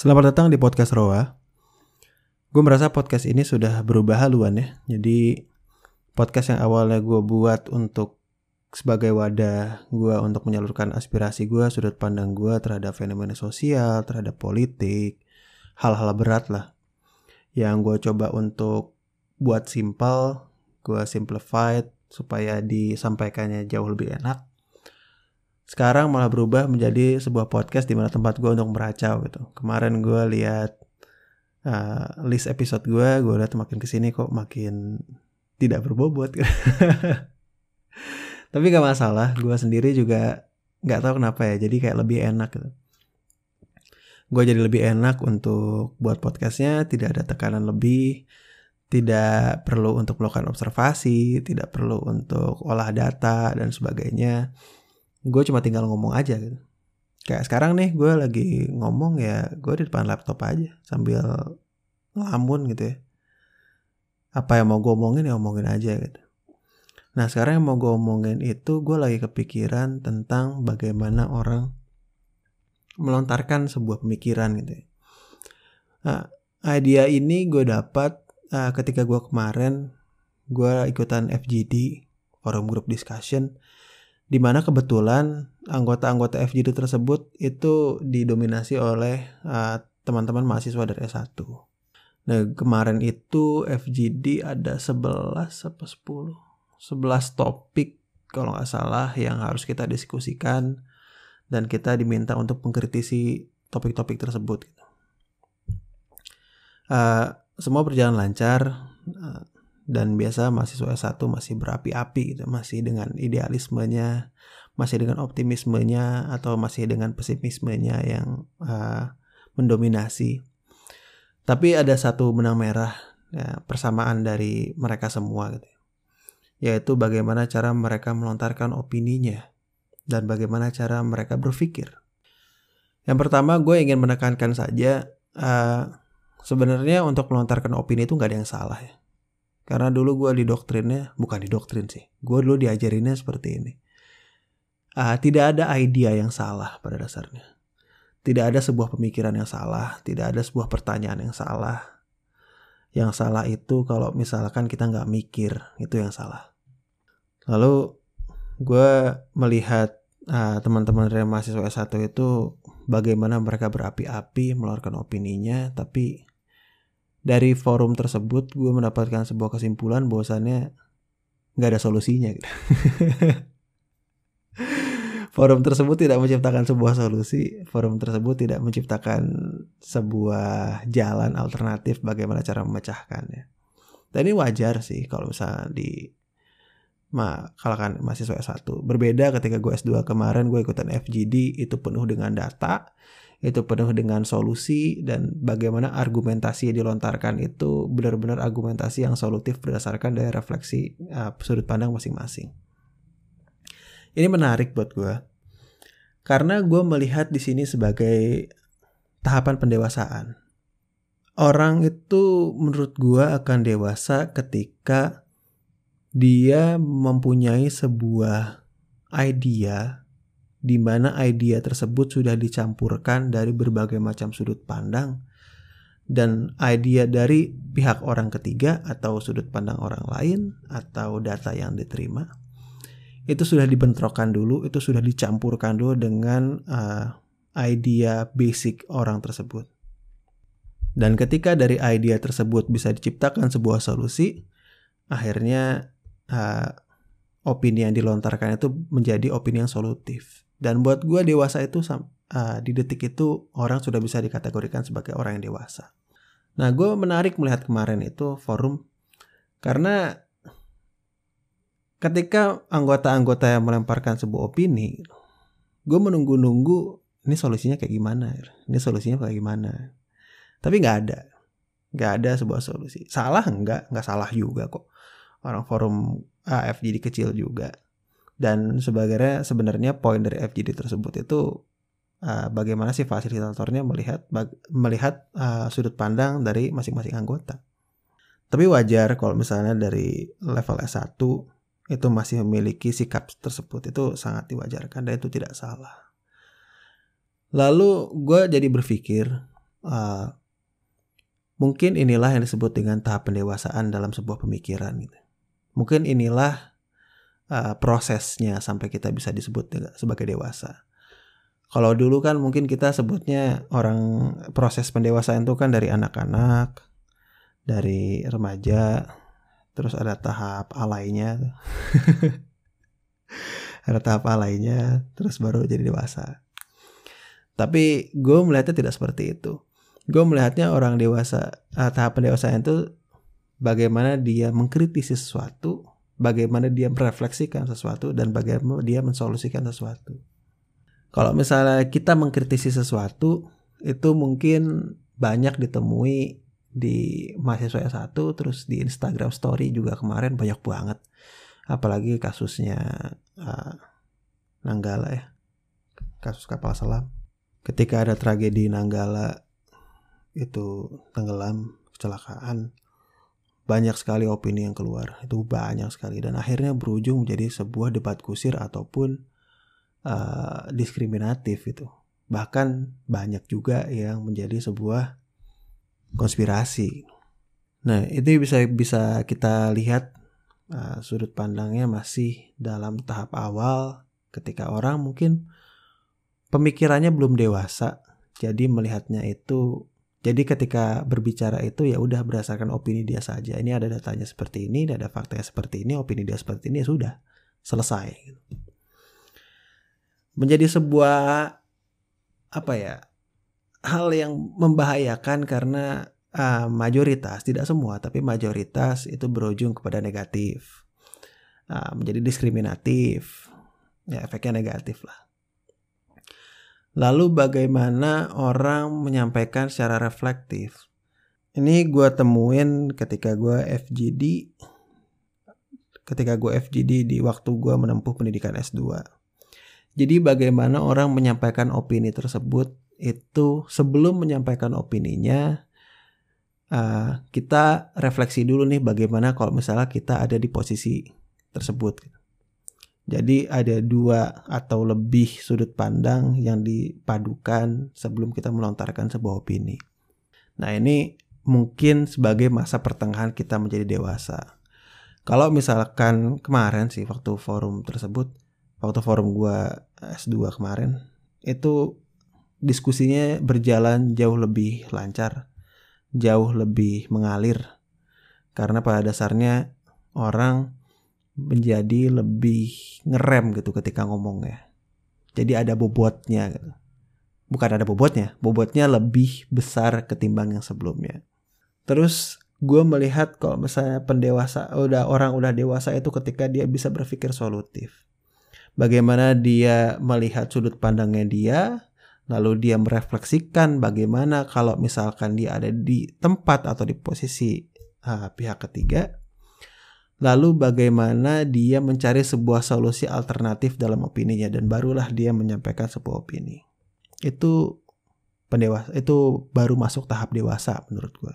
Selamat datang di podcast Roa. Gue merasa podcast ini sudah berubah haluan ya. Jadi podcast yang awalnya gue buat untuk sebagai wadah gue untuk menyalurkan aspirasi gue, sudut pandang gue terhadap fenomena sosial, terhadap politik, hal-hal berat lah. Yang gue coba untuk buat simple, gue simplified supaya disampaikannya jauh lebih enak. Sekarang malah berubah menjadi sebuah podcast di mana tempat gue untuk meracau gitu. Kemarin gue lihat list episode gue lihat makin kesini kok makin tidak berbobot. Tapi gak masalah, gue sendiri juga gak tahu kenapa ya. Jadi kayak lebih enak gitu. Gue jadi lebih enak untuk buat podcastnya, tidak ada tekanan lebih, tidak perlu untuk melakukan observasi, tidak perlu untuk olah data dan sebagainya. Gue cuma tinggal ngomong aja gitu. Kayak sekarang nih gue lagi ngomong ya, gue di depan laptop aja sambil ngelamun gitu ya. Apa yang mau gue omongin ya omongin aja gitu. Nah sekarang yang mau gue omongin itu, gue lagi kepikiran tentang bagaimana orang melontarkan sebuah pemikiran gitu ya. Nah, idea ini gue dapat ketika gue kemarin gue ikutan FGD, Forum Group Discussion, di mana kebetulan anggota-anggota FGD tersebut itu didominasi oleh teman-teman mahasiswa dari S1. Nah, kemarin itu FGD ada 11 topik kalau nggak salah yang harus kita diskusikan, dan kita diminta untuk mengkritisi topik-topik tersebut. Semua berjalan lancar. Dan biasa mahasiswa S1 masih berapi-api gitu, masih dengan idealismenya, masih dengan optimismenya, atau masih dengan pesimismenya yang mendominasi. Tapi ada satu benang merah ya, persamaan dari mereka semua gitu. Yaitu bagaimana cara mereka melontarkan opininya dan bagaimana cara mereka berpikir. Yang pertama gue ingin menekankan saja, sebenarnya untuk melontarkan opini itu gak ada yang salah ya. Karena dulu gue bukan didoktrin sih. Gue dulu diajarinnya seperti ini. Tidak ada idea yang salah pada dasarnya. Tidak ada sebuah pemikiran yang salah. Tidak ada sebuah pertanyaan yang salah. Yang salah itu kalau misalkan kita gak mikir, itu yang salah. Lalu gue melihat teman-teman dari mahasiswa S1 itu bagaimana mereka berapi-api mengeluarkan opininya, tapi dari forum tersebut gue mendapatkan sebuah kesimpulan bahwasannya gak ada solusinya gitu. Forum tersebut tidak menciptakan sebuah solusi. Forum tersebut tidak menciptakan sebuah jalan alternatif bagaimana cara memecahkannya. Dan ini wajar sih kalau misalnya di kalangan mahasiswa S1. Berbeda ketika gue S2 kemarin, gue ikutan FGD, itu penuh dengan data, itu penuh dengan solusi, dan bagaimana argumentasi yang dilontarkan itu benar-benar argumentasi yang solutif berdasarkan dari refleksi sudut pandang masing-masing. Ini menarik buat gue karena gue melihat di sini sebagai tahapan pendewasaan. Orang itu menurut gue akan dewasa ketika dia mempunyai sebuah idea di mana idea tersebut sudah dicampurkan dari berbagai macam sudut pandang, dan idea dari pihak orang ketiga atau sudut pandang orang lain atau data yang diterima itu sudah dibentrokkan dulu, itu sudah dicampurkan dulu dengan idea basic orang tersebut. Dan ketika dari idea tersebut bisa diciptakan sebuah solusi, akhirnya opini yang dilontarkan itu menjadi opini yang solutif. Dan buat gue dewasa itu di detik itu orang sudah bisa dikategorikan sebagai orang yang dewasa. Nah gue menarik melihat kemarin itu forum karena ketika anggota-anggota yang melemparkan sebuah opini, gue menunggu-nunggu ini solusinya kayak gimana, ini solusinya kayak gimana. Tapi nggak ada sebuah solusi. Salah nggak salah juga kok. Orang forum FGD kecil juga. Dan sebenarnya poin dari FGD tersebut itu bagaimana sih fasilitatornya melihat sudut pandang dari masing-masing anggota. Tapi wajar kalau misalnya dari level S1 itu masih memiliki sikap tersebut, itu sangat diwajarkan dan itu tidak salah. Lalu gue jadi berpikir, Mungkin inilah yang disebut dengan tahap pendewasaan dalam sebuah pemikiran gitu. Mungkin inilah prosesnya sampai kita bisa disebut sebagai dewasa. Kalau dulu kan mungkin kita sebutnya proses pendewasaan itu kan dari anak-anak, dari remaja, terus ada tahap alainya. Ada tahap alainya, terus baru jadi dewasa. Tapi gue melihatnya tidak seperti itu. Gue melihatnya orang dewasa, tahap pendewasaan itu bagaimana dia mengkritisi sesuatu, bagaimana dia merefleksikan sesuatu, dan bagaimana dia mensolusikan sesuatu. Kalau misalnya kita mengkritisi sesuatu, itu mungkin banyak ditemui di mahasiswa S1, terus di Instagram story juga kemarin banyak banget. Apalagi kasusnya Nanggala ya, kasus kapal selam. Ketika ada tragedi Nanggala itu tenggelam, kecelakaan, banyak sekali opini yang keluar, itu banyak sekali, dan akhirnya berujung menjadi sebuah debat kusir ataupun diskriminatif itu. Bahkan banyak juga yang menjadi sebuah konspirasi. Nah, itu bisa kita lihat sudut pandangnya masih dalam tahap awal, ketika orang mungkin pemikirannya belum dewasa, jadi melihatnya itu, jadi ketika berbicara itu ya udah berdasarkan opini dia saja. Ini ada datanya seperti ini ada faktanya seperti ini, opini dia seperti ini, ya sudah selesai. Menjadi sebuah hal yang membahayakan karena mayoritas, tidak semua, tapi mayoritas itu berujung kepada negatif, menjadi diskriminatif, ya efeknya negatif lah. Lalu bagaimana orang menyampaikan secara reflektif? Ini gue temuin ketika gue FGD di waktu gue menempuh pendidikan S2. Jadi bagaimana orang menyampaikan opini tersebut itu, sebelum menyampaikan opininya, kita refleksi dulu nih bagaimana kalau misalnya kita ada di posisi tersebut. Jadi ada 2 atau lebih sudut pandang yang dipadukan sebelum kita melontarkan sebuah opini. Nah, ini mungkin sebagai masa pertengahan kita menjadi dewasa. Kalau misalkan kemarin sih waktu forum gua S2 kemarin, itu diskusinya berjalan jauh lebih lancar, jauh lebih mengalir. Karena pada dasarnya orang menjadi lebih ngerem gitu ketika ngomongnya. Jadi ada bobotnya gitu. Bukan ada bobotnya lebih besar ketimbang yang sebelumnya. Terus gue melihat kalau misalnya orang udah dewasa itu ketika dia bisa berpikir solutif. Bagaimana dia melihat sudut pandangnya dia, lalu dia merefleksikan bagaimana kalau misalkan dia ada di tempat atau di posisi pihak ketiga. Lalu bagaimana dia mencari sebuah solusi alternatif dalam opininya, dan barulah dia menyampaikan sebuah opini. Itu baru masuk tahap dewasa menurut gue.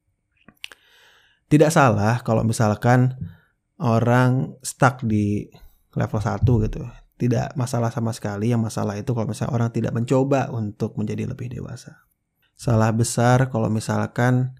Tidak salah kalau misalkan orang stuck di level 1 gitu. Tidak masalah sama sekali. Yang masalah itu kalau misalnya orang tidak mencoba untuk menjadi lebih dewasa. Salah besar kalau misalkan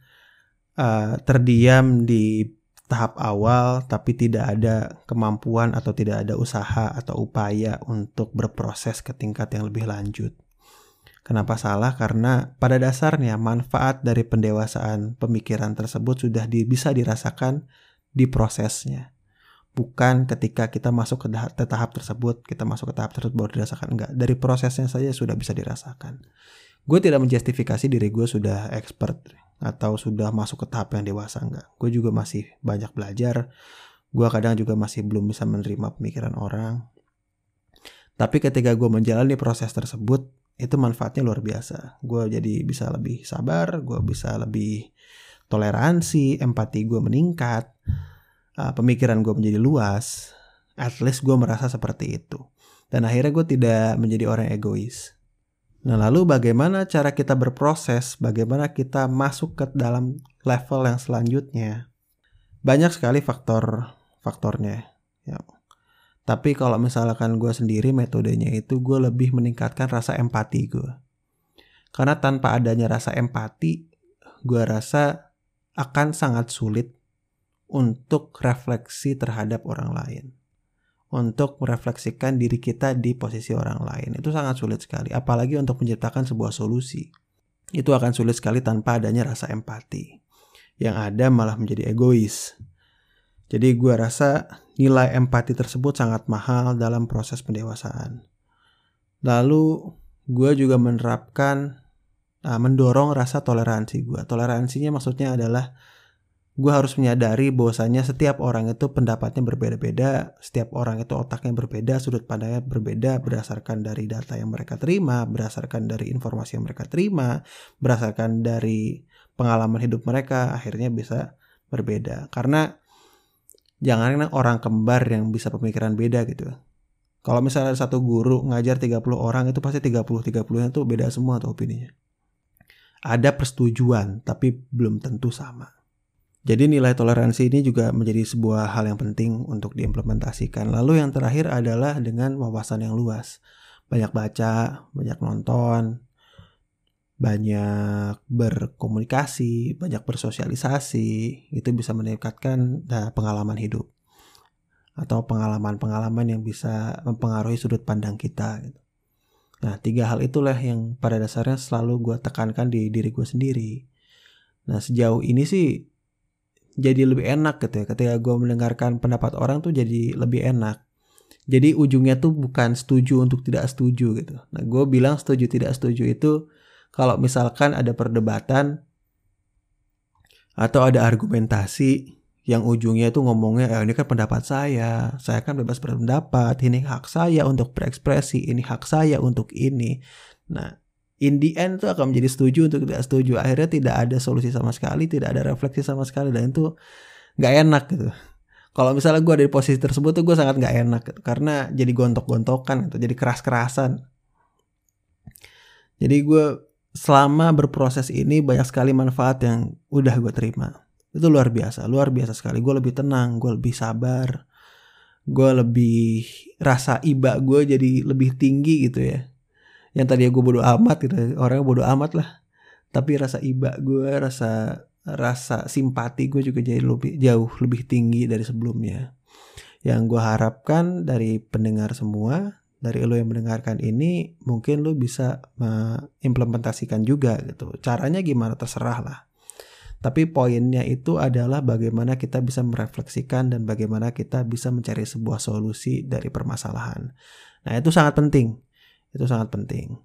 terdiam di tahap awal tapi tidak ada kemampuan atau tidak ada usaha atau upaya untuk berproses ke tingkat yang lebih lanjut. Kenapa salah? Karena pada dasarnya manfaat dari pendewasaan pemikiran tersebut sudah bisa dirasakan di prosesnya. Bukan ketika kita masuk ke tahap tersebut, baru dirasakan. Enggak, dari prosesnya saja sudah bisa dirasakan. Gue tidak menjustifikasi diri gue sudah expert atau sudah masuk ke tahap yang dewasa, enggak. Gue juga masih banyak belajar. Gue kadang juga masih belum bisa menerima pemikiran orang. Tapi ketika gue menjalani proses tersebut, itu manfaatnya luar biasa. Gue jadi bisa lebih sabar, gue bisa lebih toleransi, empati gue meningkat, pemikiran gue menjadi luas. At least gue merasa seperti itu. Dan akhirnya gue tidak menjadi orang egois. Nah, lalu bagaimana cara kita berproses, bagaimana kita masuk ke dalam level yang selanjutnya? Banyak sekali faktornya. Ya. Tapi kalau misalkan gue sendiri, metodenya itu gue lebih meningkatkan rasa empati gue. Karena tanpa adanya rasa empati, gue rasa akan sangat sulit untuk refleksi terhadap orang lain. Untuk merefleksikan diri kita di posisi orang lain. Itu sangat sulit sekali. Apalagi untuk menciptakan sebuah solusi. Itu akan sulit sekali tanpa adanya rasa empati. Yang ada malah menjadi egois. Jadi gue rasa nilai empati tersebut sangat mahal dalam proses pendewasaan. Lalu gue juga mendorong rasa toleransi gue. Toleransinya maksudnya adalah gue harus menyadari bahwasanya setiap orang itu pendapatnya berbeda-beda, setiap orang itu otaknya berbeda, sudut pandangnya berbeda berdasarkan dari data yang mereka terima, berdasarkan dari informasi yang mereka terima, berdasarkan dari pengalaman hidup mereka, akhirnya bisa berbeda. Karena jangan orang kembar yang bisa pemikiran beda gitu. Kalau misalnya ada satu guru ngajar 30 orang, itu pasti 30-30-nya tuh beda semua tuh opininya. Ada persetujuan, tapi belum tentu sama. Jadi nilai toleransi ini juga menjadi sebuah hal yang penting untuk diimplementasikan. Lalu yang terakhir adalah dengan wawasan yang luas. Banyak baca, banyak nonton, banyak berkomunikasi, banyak bersosialisasi. Itu bisa meningkatkan pengalaman hidup. Atau pengalaman-pengalaman yang bisa mempengaruhi sudut pandang kita gitu. Nah, 3 hal itulah yang pada dasarnya selalu gue tekankan di diri gue sendiri. Nah, sejauh ini sih jadi lebih enak gitu ya. Ketika gue mendengarkan pendapat orang tuh jadi lebih enak. Jadi ujungnya tuh bukan setuju untuk tidak setuju gitu. Nah, gue bilang setuju tidak setuju itu kalau misalkan ada perdebatan atau ada argumentasi yang ujungnya itu ngomongnya, ini kan pendapat saya kan bebas berpendapat, ini hak saya untuk berekspresi, ini hak saya untuk ini. Nah, in the end itu akan menjadi setuju untuk tidak setuju. Akhirnya tidak ada solusi sama sekali, tidak ada refleksi sama sekali, dan itu gak enak gitu. Kalau misalnya gue ada di posisi tersebut tuh gue sangat gak enak gitu. Karena jadi gontok-gontokan gitu, jadi keras-kerasan. Jadi gue selama berproses ini banyak sekali manfaat yang udah gue terima. Itu luar biasa sekali. Gue lebih tenang, gue lebih sabar, gue lebih rasa iba gue jadi lebih tinggi gitu ya. Yang tadi gue bodo amat gitu, orangnya bodo amat lah. Tapi rasa iba gue, rasa simpati gue juga jadi jauh lebih tinggi dari sebelumnya. Yang gue harapkan dari pendengar semua, dari lo yang mendengarkan ini, mungkin lo bisa mengimplementasikan juga gitu. Caranya gimana terserah lah. Tapi poinnya itu adalah bagaimana kita bisa merefleksikan dan bagaimana kita bisa mencari sebuah solusi dari permasalahan. Nah, itu sangat penting. Itu sangat penting.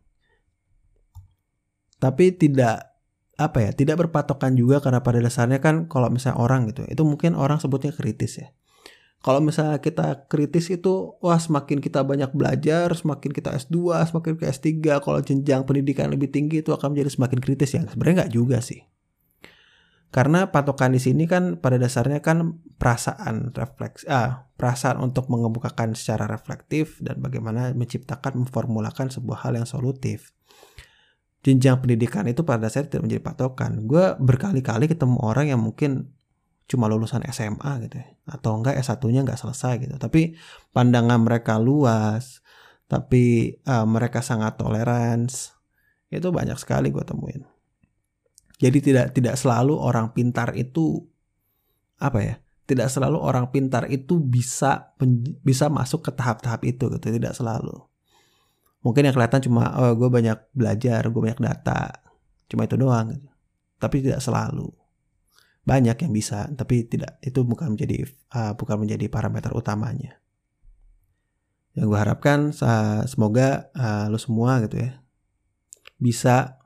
Tapi tidak berpatokan juga, karena pada dasarnya kan kalau misalnya orang gitu, itu mungkin orang sebutnya kritis ya. Kalau misalnya kita kritis itu, wah semakin kita banyak belajar, semakin kita S2, semakin ke S3, kalau jenjang pendidikan lebih tinggi itu akan menjadi semakin kritis ya. Sebenarnya nggak juga sih. Karena patokan di sini kan pada dasarnya kan perasaan untuk mengemukakan secara reflektif dan bagaimana memformulakan sebuah hal yang solutif. Jenjang pendidikan itu pada dasarnya tidak menjadi patokan. Gue berkali-kali ketemu orang yang mungkin cuma lulusan SMA gitu ya, atau enggak S1-nya enggak selesai gitu. Tapi pandangan mereka luas, tapi mereka sangat tolerans. Itu banyak sekali gue temuin. Jadi tidak selalu orang pintar itu tidak selalu orang pintar itu bisa masuk ke tahap-tahap itu gitu, tidak selalu. Mungkin yang kelihatan cuma gue banyak belajar, gue banyak data, cuma itu doang gitu. Tapi tidak selalu. Banyak yang bisa, tapi itu bukan menjadi parameter utamanya. Yang gue harapkan semoga lo semua gitu ya bisa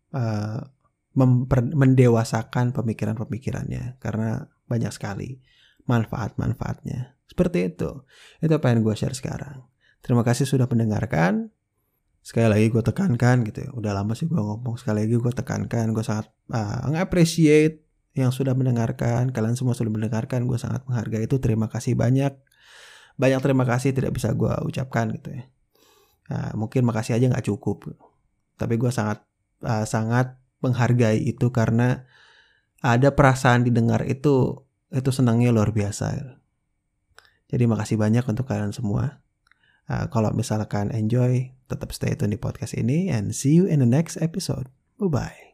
mendewasakan pemikirannya, karena banyak sekali manfaat-manfaatnya. Seperti itu apa yang gue share sekarang. Terima kasih sudah mendengarkan. Sekali lagi gue tekankan gitu ya, udah lama sih gue ngomong, sekali lagi gue tekankan, gue sangat appreciate yang sudah mendengarkan. Kalian semua sudah mendengarkan, gue sangat menghargai itu. Terima kasih banyak terima kasih tidak bisa gue ucapkan gitu ya. Mungkin makasih aja gak cukup, tapi gue sangat menghargai itu, karena ada perasaan didengar itu senangnya luar biasa. Jadi makasih banyak untuk kalian semua. Kalau misalkan enjoy, Tetap stay tune di podcast ini and see you in the next episode. Bye-bye.